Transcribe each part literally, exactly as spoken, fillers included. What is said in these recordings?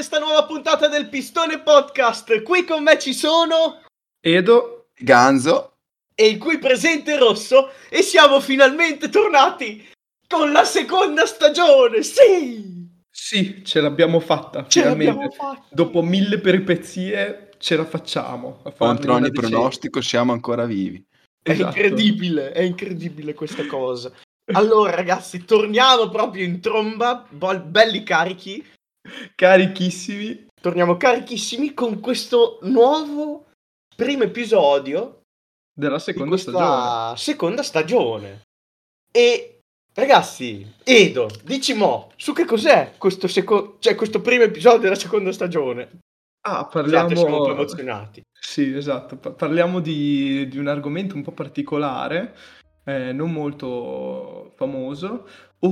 questa nuova puntata del Pistone Podcast. Qui con me ci sono Edo, Ganzo e il qui presente Rosso, e siamo finalmente tornati con la seconda stagione. Sì! Sì, ce l'abbiamo fatta, Ce finalmente. l'abbiamo fatta. Dopo mille peripezie ce la facciamo a farne contro ogni una decente. pronostico siamo ancora vivi. È Esatto. incredibile, è incredibile questa cosa. Allora ragazzi, torniamo proprio in tromba, bo- belli carichi. Carichissimi. Torniamo carichissimi con questo nuovo primo episodio Della di seconda questa stagione. seconda stagione. E ragazzi, Edo, dici mo, su che cos'è questo secondo, cioè questo primo episodio della seconda stagione? Ah, Scusate, siamo un po' parliamo... emozionati. Sì, esatto. Pa- parliamo di, di un argomento un po' particolare, eh, non molto famoso,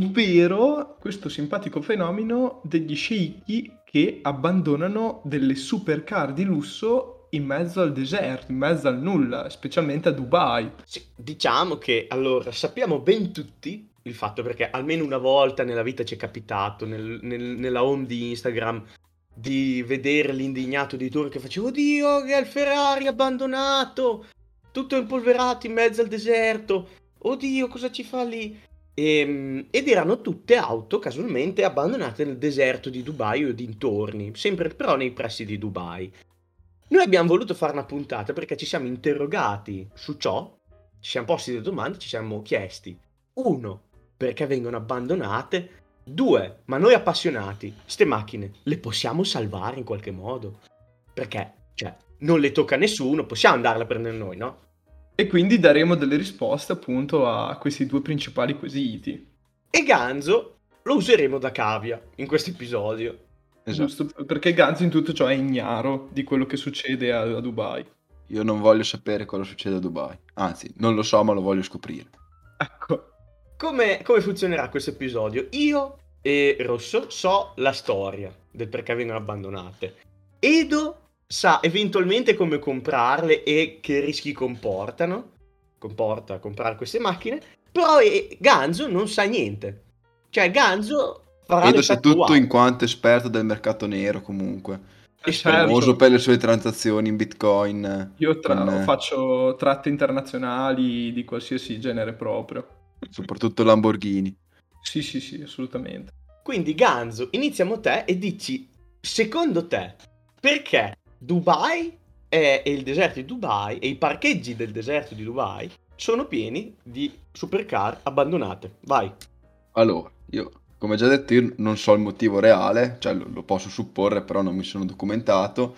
ovvero questo simpatico fenomeno degli sceicchi che abbandonano delle supercar di lusso in mezzo al deserto, in mezzo al nulla, specialmente a Dubai. Sì, diciamo che allora sappiamo ben tutti il fatto, perché almeno una volta nella vita ci è capitato nel- nel- nella home di Instagram di vedere l'indignato editore che faceva oddio che è il Ferrari abbandonato, tutto impolverato in mezzo al deserto, oddio cosa ci fa lì. Ehm, ed erano tutte auto casualmente abbandonate nel deserto di Dubai o dintorni, sempre però nei pressi di Dubai. Noi abbiamo voluto fare una puntata perché ci siamo interrogati su ciò, ci siamo posti delle domande, ci siamo chiesti: uno, perché vengono abbandonate? Due, ma noi appassionati, ste macchine le possiamo salvare in qualche modo? Perché, cioè, non le tocca a nessuno, possiamo andarle a prendere noi, no? E quindi daremo delle risposte appunto a questi due principali quesiti. E Ganzo lo useremo da cavia in questo episodio. Esatto. Giusto, perché Ganzo in tutto ciò è ignaro di quello che succede a, a Dubai. Io non voglio sapere cosa succede a Dubai. Anzi, non lo so, ma lo voglio scoprire. Ecco. Come, come funzionerà questo episodio? Io e Rosso so la storia del perché vengono abbandonate. Edo sa eventualmente come comprarle e che rischi comportano. Comporta comprare queste macchine. Però eh, Ganzo non sa niente. Cioè Ganzo farà Edo sa l'effetto tutto wow. in quanto esperto del mercato nero comunque. Eh, Esperto. Famoso certo. per le sue transazioni in Bitcoin. eh, Io tra- con, eh, faccio tratte internazionali di qualsiasi genere proprio. soprattutto Lamborghini. Sì, sì, sì, assolutamente. Quindi Ganzo, iniziamo te e dici, secondo te, perché Dubai e, e il deserto di Dubai e i parcheggi del deserto di Dubai sono pieni di supercar abbandonate? Vai. Allora, io, come già detto, io non so il motivo reale, cioè lo, lo posso supporre, però non mi sono documentato.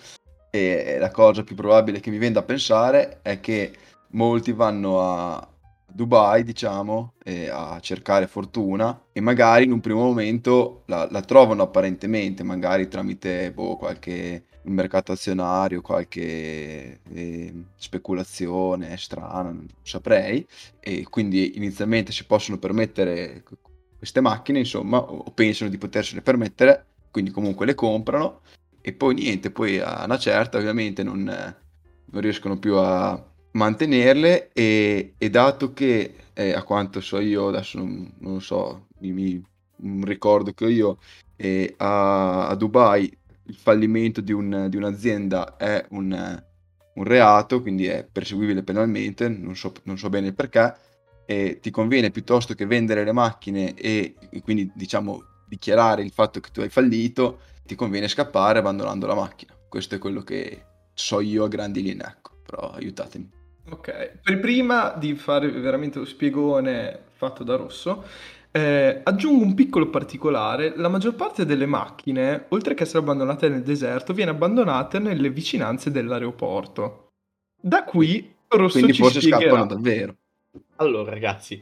E la cosa più probabile che mi viene da pensare è che molti vanno a Dubai, diciamo, e a cercare fortuna e magari in un primo momento la, la trovano apparentemente, magari tramite boh, qualche mercato azionario, qualche eh, speculazione strana, non saprei, e quindi inizialmente si possono permettere queste macchine, insomma, o, o pensano di potersene permettere, quindi comunque le comprano. E poi niente, poi a una certa ovviamente non, eh, non riescono più a mantenerle e, e dato che eh, a quanto so io, adesso non, non lo so, mi, mi- un ricordo che ho io, eh, a, a Dubai il fallimento di, un- di un'azienda è un, eh, un reato, quindi è perseguibile penalmente, non so, non so bene il perché, e ti conviene piuttosto che vendere le macchine e, e quindi diciamo dichiarare il fatto che tu hai fallito, ti conviene scappare abbandonando la macchina. Questo è quello che so io a grandi linee, ecco, però aiutatemi. Ok, per prima di fare veramente lo spiegone fatto da Rosso, eh, aggiungo un piccolo particolare. La maggior parte delle macchine, oltre che essere abbandonate nel deserto, viene abbandonate nelle vicinanze dell'aeroporto. Da qui Rosso Quindi ci forse spiegherà. scappano davvero. Allora ragazzi,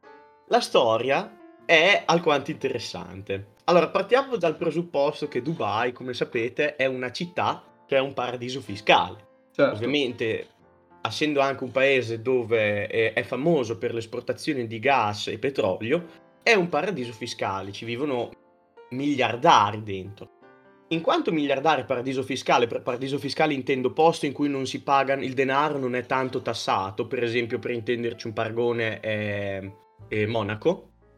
la storia è alquanto interessante. Allora, partiamo dal presupposto che Dubai, come sapete, è una città che è un paradiso fiscale. Certo. Ovviamente, essendo anche un paese dove è, è famoso per l'esportazione di gas e petrolio, è un paradiso fiscale, ci vivono miliardari dentro. In quanto miliardari paradiso fiscale, per paradiso fiscale intendo posto in cui non si paga, il denaro non è tanto tassato, per esempio per intenderci un paragone è, è Monaco,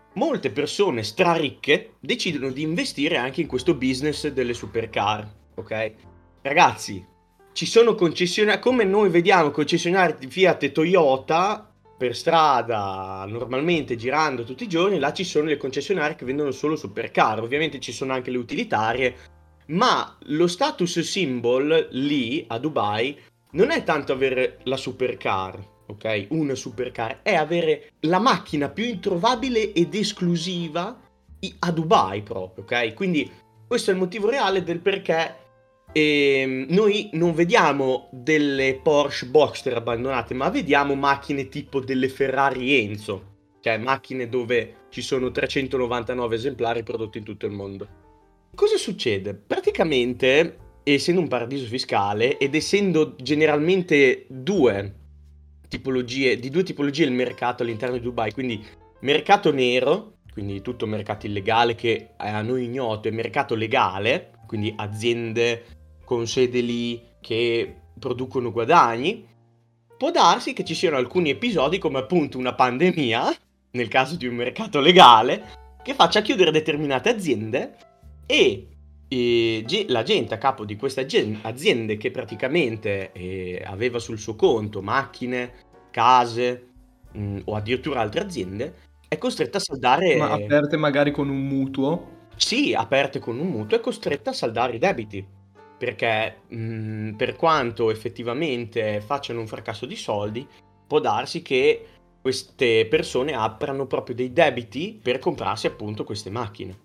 molte persone straricche decidono di investire anche in questo business delle supercar, ok? Ragazzi, ci sono concessionari, come noi vediamo concessionari di Fiat e Toyota per strada, normalmente girando tutti i giorni, là ci sono le concessionarie che vendono solo supercar, ovviamente ci sono anche le utilitarie, ma lo status symbol lì, a Dubai, non è tanto avere la supercar, ok? Una supercar, è avere la macchina più introvabile ed esclusiva i- a Dubai proprio, ok? Quindi questo è il motivo reale del perché ehm, noi non vediamo delle Porsche Boxster abbandonate, ma vediamo macchine tipo delle Ferrari Enzo, cioè macchine dove ci sono trecentonovantanove esemplari prodotti in tutto il mondo. Cosa succede? Praticamente, essendo un paradiso fiscale ed essendo generalmente due tipologie, di due tipologie il mercato all'interno di Dubai, quindi mercato nero, quindi tutto mercato illegale che è a noi ignoto, e mercato legale, quindi aziende con sede lì che producono guadagni, può darsi che ci siano alcuni episodi come appunto una pandemia, nel caso di un mercato legale, che faccia chiudere determinate aziende e e ge- la gente a capo di queste agen- aziende che praticamente eh, aveva sul suo conto macchine, case mh, o addirittura altre aziende è costretta a Ma saldare, aperte magari con un mutuo. sì, aperte con un mutuo, è costretta a saldare i debiti perché mh, per quanto effettivamente facciano un fracasso di soldi, può darsi che queste persone aprano proprio dei debiti per comprarsi appunto queste macchine.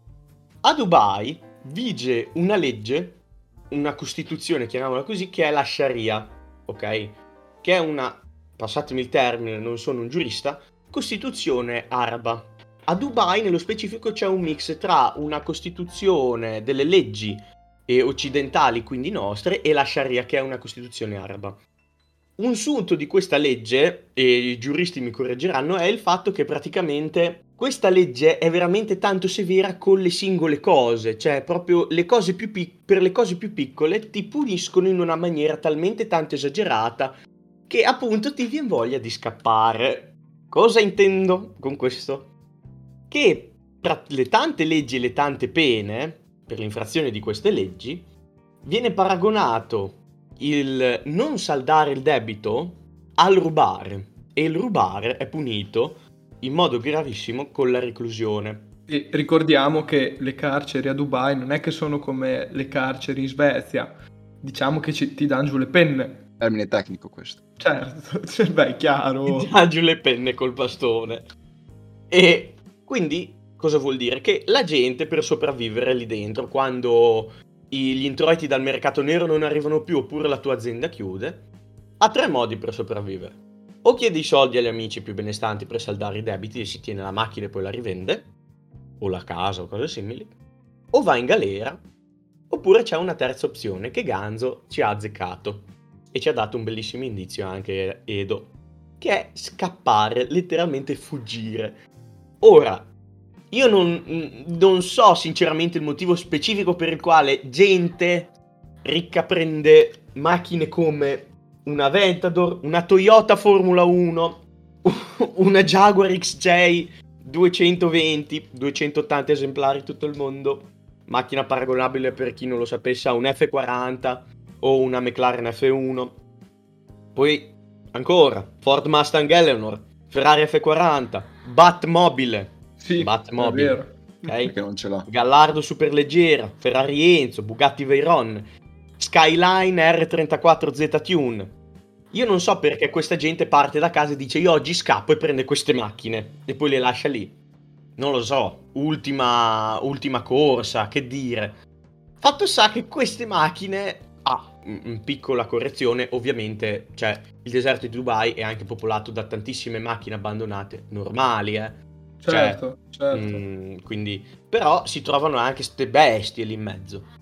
A Dubai vige una legge, una costituzione, chiamiamola così, che è la Sharia, ok? Che è una, passatemi il termine, non sono un giurista, costituzione araba. A Dubai, nello specifico, c'è un mix tra una costituzione delle leggi eh, occidentali, quindi nostre, e la Sharia, che è una costituzione araba. Un sunto di questa legge, e i giuristi mi correggeranno, è il fatto che praticamente questa legge è veramente tanto severa con le singole cose, cioè proprio le cose più pic- per le cose più piccole ti puniscono in una maniera talmente tanto esagerata che appunto ti viene voglia di scappare. Cosa intendo con questo? Che tra le tante leggi e le tante pene per l'infrazione di queste leggi viene paragonato il non saldare il debito al rubare e il rubare è punito in modo gravissimo con la reclusione. E ricordiamo che le carceri a Dubai non è che sono come le carceri in Svezia. Diciamo che ci- ti danno giù le penne. Termine tecnico questo. Certo, cioè, beh, è chiaro. Ti dà giù le penne col bastone. E quindi cosa vuol dire? Che la gente per sopravvivere lì dentro, quando i- gli introiti dal mercato nero non arrivano più oppure la tua azienda chiude, ha tre modi per sopravvivere. O chiede i soldi agli amici più benestanti per saldare i debiti e si tiene la macchina e poi la rivende, o la casa o cose simili, o va in galera, oppure c'è una terza opzione che Ganzo ci ha azzeccato e ci ha dato un bellissimo indizio anche Edo, che è scappare, letteralmente fuggire. Ora, io non, non so sinceramente il motivo specifico per il quale gente ricca prende macchine come una Aventador, una Toyota Formula uno, una Jaguar X J duecentoventi, duecentottanta esemplari tutto il mondo, macchina paragonabile per chi non lo sapesse a un F quaranta o una McLaren F uno. Poi ancora Ford Mustang Eleanor, Ferrari F quaranta, Batmobile, Sì, è Batmobile, vero. ok? Perché non ce l'ha. Gallardo superleggera, Ferrari Enzo, Bugatti Veyron, Skyline R trentaquattro Z Tune. Io non so perché questa gente parte da casa e dice io oggi scappo e prende queste macchine e poi le lascia lì. Non lo so, ultima, ultima corsa, che dire. Fatto sta che queste macchine, ah, m- m- piccola correzione, ovviamente, cioè il deserto di Dubai è anche popolato da tantissime macchine abbandonate, normali, eh. Cioè, Certo, certo. mm, quindi, però si trovano anche ste bestie lì in mezzo.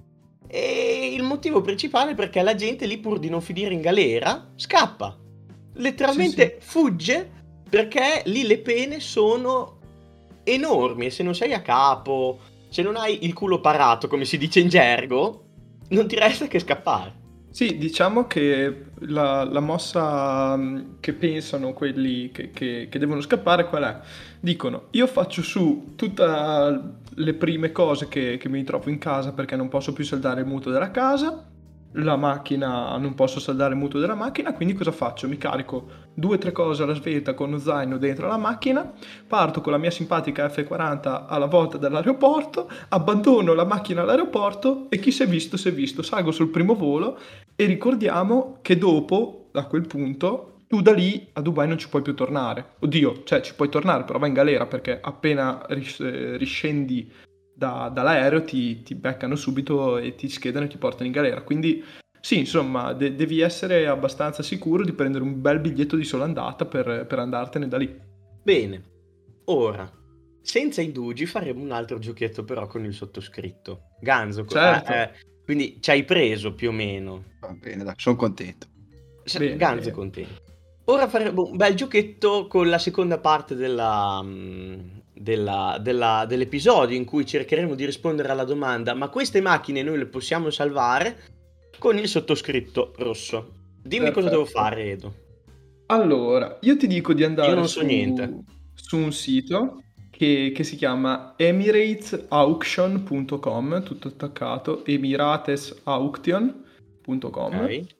E il motivo principale è perché la gente lì pur di non finire in galera scappa. Letteralmente fugge perché lì le pene sono enormi e se non sei a capo, se non hai il culo parato, come si dice in gergo, non ti resta che scappare. Sì, diciamo che la, la mossa mh, che pensano quelli che, che- che devono scappare qual è? Dicono, io faccio su tutte le prime cose che, che mi trovo in casa perché non posso più saldare il mutuo della casa, la macchina, non posso saldare il mutuo della macchina, quindi cosa faccio? Mi carico due o tre cose alla svelta con lo zaino dentro la macchina, parto con la mia simpatica F quaranta alla volta dall'aeroporto, abbandono la macchina all'aeroporto e chi si è visto si è visto, salgo sul primo volo e ricordiamo che dopo, a quel punto, tu da lì a Dubai non ci puoi più tornare. Oddio, cioè ci puoi tornare, però vai in galera perché appena ris- eh, riscendi da- dall'aereo ti, ti beccano subito e ti schedano e ti portano in galera. Quindi sì, insomma, de- devi essere abbastanza sicuro di prendere un bel biglietto di sola andata per, per andartene da lì. Bene, ora, senza indugi faremo un altro giochetto però con il sottoscritto. Ganzo, co- ah, Certo, eh, quindi ci hai preso più o meno. Va bene, dai, sono contento. S- bene, Ganzo è bene. contento. Ora faremo un bel giochetto con la seconda parte della, mm, della- della- dell'episodio in cui cercheremo di rispondere alla domanda: ma queste macchine noi le possiamo salvare? Con il sottoscritto rosso. Dimmi cosa devo Perfetto. fare, Edo. Allora, io ti dico di Io andare non so niente. su, su un sito che, che si chiama emirates auction punto com, tutto attaccato, emirates auction punto com. Ok.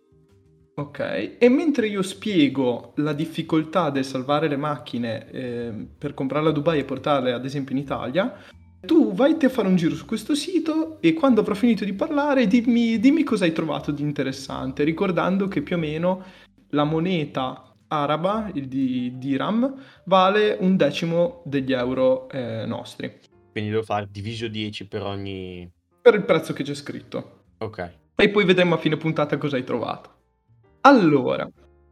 Ok, e mentre io spiego la difficoltà del salvare le macchine eh, per comprarle a Dubai e portarle ad esempio in Italia, tu vai a fare un giro su questo sito e quando avrò finito di parlare dimmi, dimmi cosa hai trovato di interessante, ricordando che più o meno la moneta araba, il di dirham, vale un decimo degli euro eh, nostri, Quindi devo fare diviso dieci per ogni... per il prezzo che c'è scritto. Ok. E poi vedremo a fine puntata cosa hai trovato. Allora,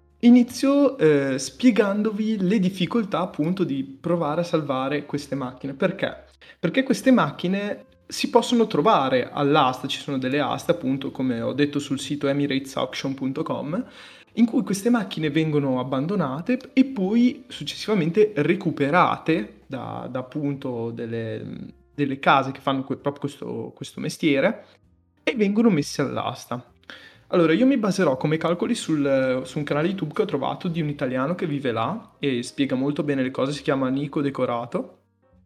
inizio eh, spiegandovi le difficoltà appunto di provare a salvare queste macchine. Perché? Perché queste macchine si possono trovare all'asta, ci sono delle aste appunto come ho detto sul sito emirates auction punto com in cui queste macchine vengono abbandonate e poi successivamente recuperate da, da appunto delle, delle case che fanno que- proprio questo, questo mestiere e vengono messe all'asta. Allora, io mi baserò come calcoli sul, su un canale YouTube che ho trovato di un italiano che vive là e spiega molto bene le cose, si chiama Nico Decorato.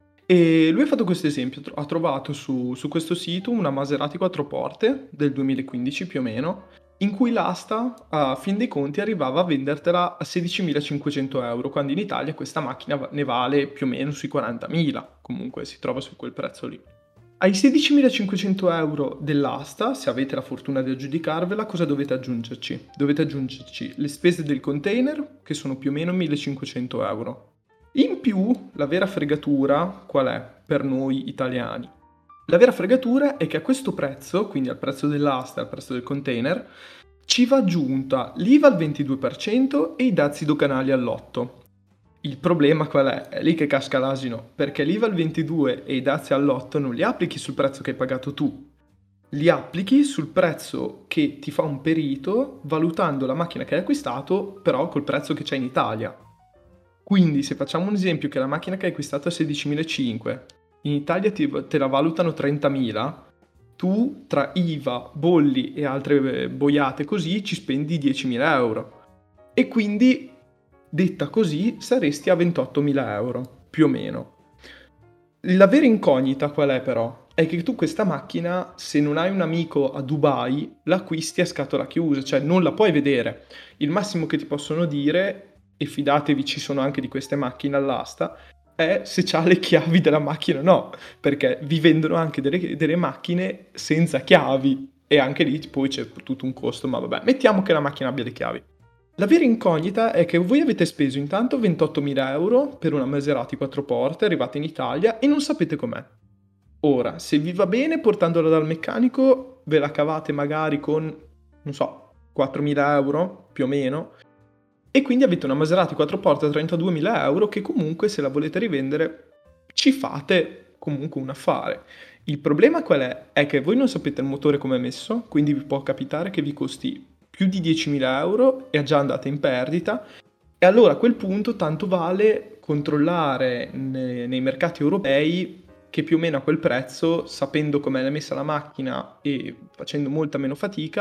E lui ha fatto questo esempio, tro- ha trovato su, su questo sito una Maserati quattro porte del duemilaquindici più o meno, in cui l'asta a fin dei conti arrivava a vendertela a sedicimilacinquecento euro, quando in Italia questa macchina va- ne vale più o meno sui quarantamila, comunque si trova su quel prezzo lì. Ai sedicimilacinquecento euro dell'asta, se avete la fortuna di aggiudicarvela, cosa dovete aggiungerci? Dovete aggiungerci le spese del container, che sono più o meno millecinquecento euro. In più, la vera fregatura qual è per noi italiani? La vera fregatura è che a questo prezzo, quindi al prezzo dell'asta e al prezzo del container, ci va aggiunta l'I V A al ventidue per cento e i dazi doganali all'otto. Il problema qual è? È lì che casca l'asino, perché l'I V A al ventidue e i dazi all'otto non li applichi sul prezzo che hai pagato tu, li applichi sul prezzo che ti fa un perito valutando la macchina che hai acquistato però col prezzo che c'è in Italia. Quindi se facciamo un esempio che la macchina che hai acquistato è sedicimilacinquecento, in Italia ti- te la valutano trentamila, tu tra I V A, bolli e altre eh, boiate così ci spendi diecimila euro. E quindi, detta così, saresti a ventottomila euro, più o meno. La vera incognita qual è però? È che tu questa macchina, se non hai un amico a Dubai, l'acquisti a scatola chiusa, cioè non la puoi vedere. Il massimo che ti possono dire, e fidatevi ci sono anche di queste macchine all'asta, è se c'ha le chiavi della macchina o no, perché vi vendono anche delle, delle macchine senza chiavi e anche lì poi c'è tutto un costo, ma vabbè, mettiamo che la macchina abbia le chiavi. La vera incognita è che voi avete speso intanto ventottomila euro per una Maserati quattro porte arrivata in Italia e non sapete com'è. Ora, se vi va bene portandola dal meccanico, ve la cavate magari con, non so, quattromila euro più o meno, e quindi avete una Maserati quattro porte a trentaduemila euro che comunque se la volete rivendere ci fate comunque un affare. Il problema qual è? È che voi non sapete il motore come è messo, quindi vi può capitare che vi costi più di diecimila euro e già andate in perdita e allora a quel punto tanto vale controllare ne- nei mercati europei che più o meno a quel prezzo, sapendo com'è messa la macchina e facendo molta meno fatica,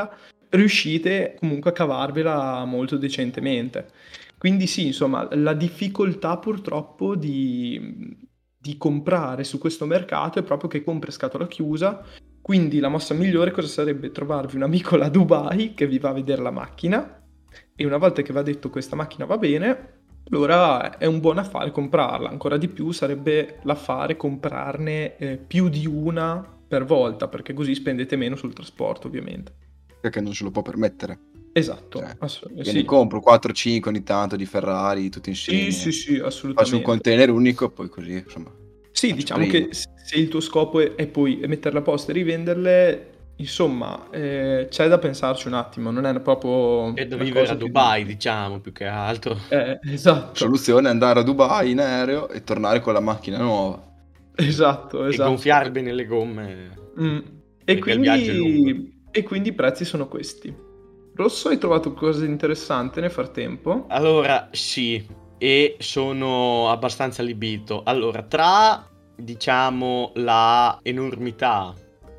riuscite comunque a cavarvela molto decentemente. Quindi sì, insomma, la difficoltà purtroppo di, di comprare su questo mercato è proprio che compri a scatola chiusa, quindi la mossa migliore cosa sarebbe? Trovarvi un amico là a Dubai che vi va a vedere la macchina e una volta che va detto questa macchina va bene, allora è un buon affare comprarla. Ancora di più sarebbe l'affare comprarne eh, più di una per volta, perché così spendete meno sul trasporto, ovviamente. Perché non se lo può permettere. Esatto, Cioè, ass- eh, io ne sì. compro quattro cinque ogni tanto di Ferrari, tutti Sì, insieme. sì, sì, Faccio un assolutamente. container unico e poi così, insomma. Sì, faccio diciamo prima. che s- se il tuo scopo è, è poi metterle a posto e rivenderle, insomma, eh, c'è da pensarci un attimo, non è proprio È da una vivere cosa a che Dubai, dici. diciamo, più che altro. Eh, La esatto, soluzione è andare a Dubai in aereo e tornare con la macchina nuova. esatto, E esatto. gonfiare bene le gomme, Mm. E perché il viaggio è lungo. quindi, e quindi i prezzi sono questi. Rosso, hai trovato qualcosa di interessante nel frattempo? Allora, sì, e sono abbastanza allibito. Allora, tra, diciamo, la enormità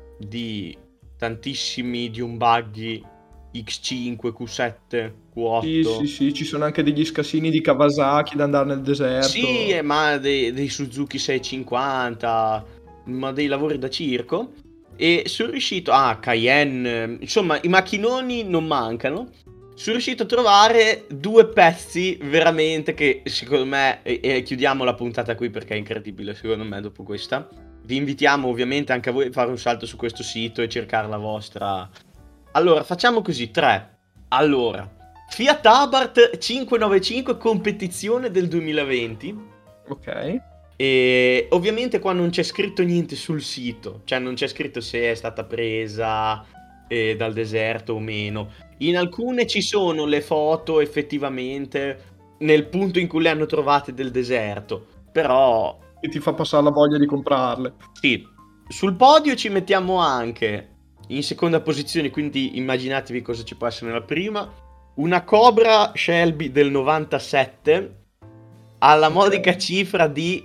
di tantissimi di un buggy X cinque, Q sette, Q Sì, sì, otto. sì, ci sono anche degli scassini di Kawasaki da andare nel Sì, deserto. eh, ma dei, dei Suzuki seicentocinquanta, ma dei lavori da circo. E sono riuscito, ah, Cayenne, insomma, i macchinoni non mancano. Sono riuscito a trovare due pezzi veramente che secondo me, e, e chiudiamo la puntata qui perché è incredibile secondo me dopo questa. Vi invitiamo ovviamente anche a voi a fare un salto su questo sito e cercare la vostra. Allora, facciamo così, tre. Allora, Fiat Abarth cinquecentonovantacinque competizione del duemilaventi. Ok. E ovviamente qua non c'è scritto niente sul sito, cioè non c'è scritto se è stata presa eh, dal deserto o meno. In alcune ci sono le foto effettivamente nel punto in cui le hanno trovate del deserto, però E ti fa passare la voglia di comprarle. sì, sul podio ci mettiamo anche in seconda posizione, quindi immaginatevi cosa ci può essere nella prima, una Cobra Shelby del novantasette alla Ok. modica cifra di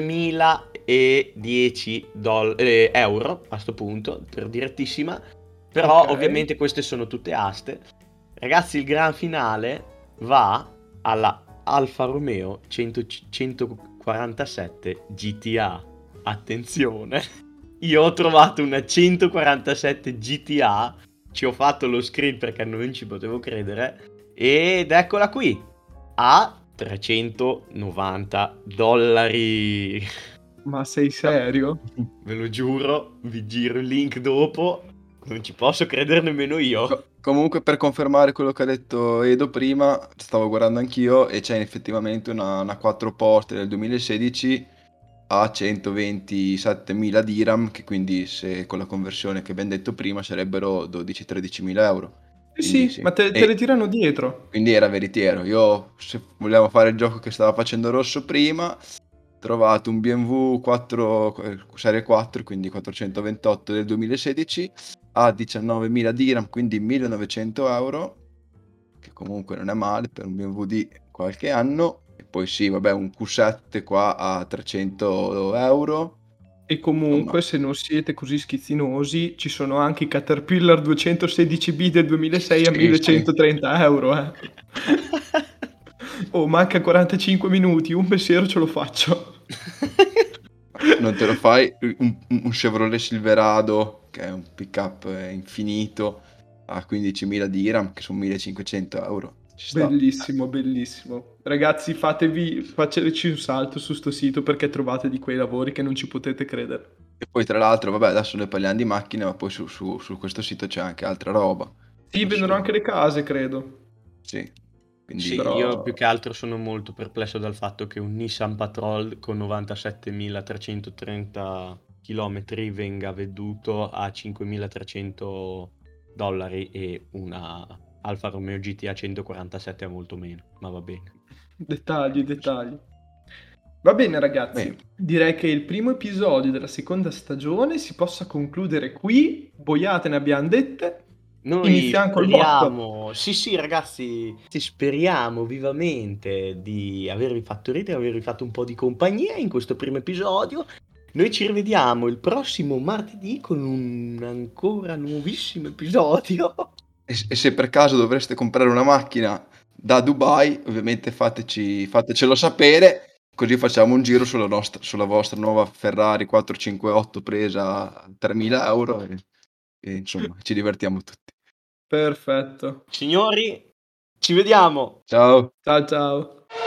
novemiladieci doll- eh, euro a sto punto, per direttissima. Però Ok. ovviamente queste sono tutte aste. Ragazzi, il gran finale va alla Alfa Romeo cento centoquarantasette G T A. Attenzione, io ho trovato una centoquarantasette G T A, ci ho fatto lo screen perché non ci potevo credere, ed eccola qui, a trecentonovanta dollari. Ma sei serio? Ve lo giuro, vi giro il link dopo, non ci posso credere nemmeno io. Co- comunque, per confermare quello che ha detto Edo prima, stavo guardando anch'io e c'è effettivamente una, una quattro porte del duemilasedici a centoventisettemila dirham, che quindi se con la conversione che abbiamo detto prima sarebbero dodici-tredicimila euro. Sì, Quindi sì, sì. ma te, te le E tirano dietro. quindi era veritiero. Io, se vogliamo fare il gioco che stava facendo Rosso prima, ho trovato un B M W quattro, eh, serie quattro, quindi quattrocentoventotto del duemilasedici a diciannovemila dirham, quindi millenovecento euro, che comunque non è male per un B M W di qualche anno. E poi sì, vabbè, un Q sette qua a trecento euro. E Insomma, comunque, se non siete così schizzinosi, ci sono anche i Caterpillar duecentosedici B del duemilasei a sì, sì. millecentotrenta euro, eh. Oh, manca quarantacinque minuti, un pensiero ce lo faccio. Non te lo fai un, un Chevrolet Silverado, che è un pick-up eh, infinito, a quindicimila dirham, che sono millecinquecento euro. Ci sta. Bellissimo, bellissimo. Ragazzi, fatevi, faceteci un salto su sto sito perché trovate di quei lavori che non ci potete credere. E poi tra l'altro, vabbè, adesso noi parliamo di macchine, ma poi su, su- su questo sito c'è anche altra roba. Sì, Non vendono solo. anche le case, credo. Sì, Sì, quindi io più Però che altro sono molto perplesso dal fatto che un Nissan Patrol con novantasettemilatrecentotrenta chilometri venga venduto a cinquemilatrecento dollari e una Alfa Romeo G T A centoquarantasette a molto meno, ma va bene. dettagli, dettagli. Va bene, ragazzi. bene. Direi che il primo episodio della seconda stagione si possa concludere qui. Boiate ne abbiamo dette. Noi Iniziamo col botto. speriamo, sì sì ragazzi, sì, speriamo vivamente di avervi fatto ridere, avervi fatto un po' di compagnia in questo primo episodio. Noi ci rivediamo il prossimo martedì con un ancora nuovissimo episodio. E, e se per caso dovreste comprare una macchina da Dubai, ovviamente fateci, fatecelo sapere, così facciamo un giro sulla, nostra, sulla vostra nuova Ferrari quattrocentocinquantotto presa a tremila euro e, e insomma ci divertiamo tutti. Perfetto. Signori, ci vediamo! Ciao! Ciao ciao.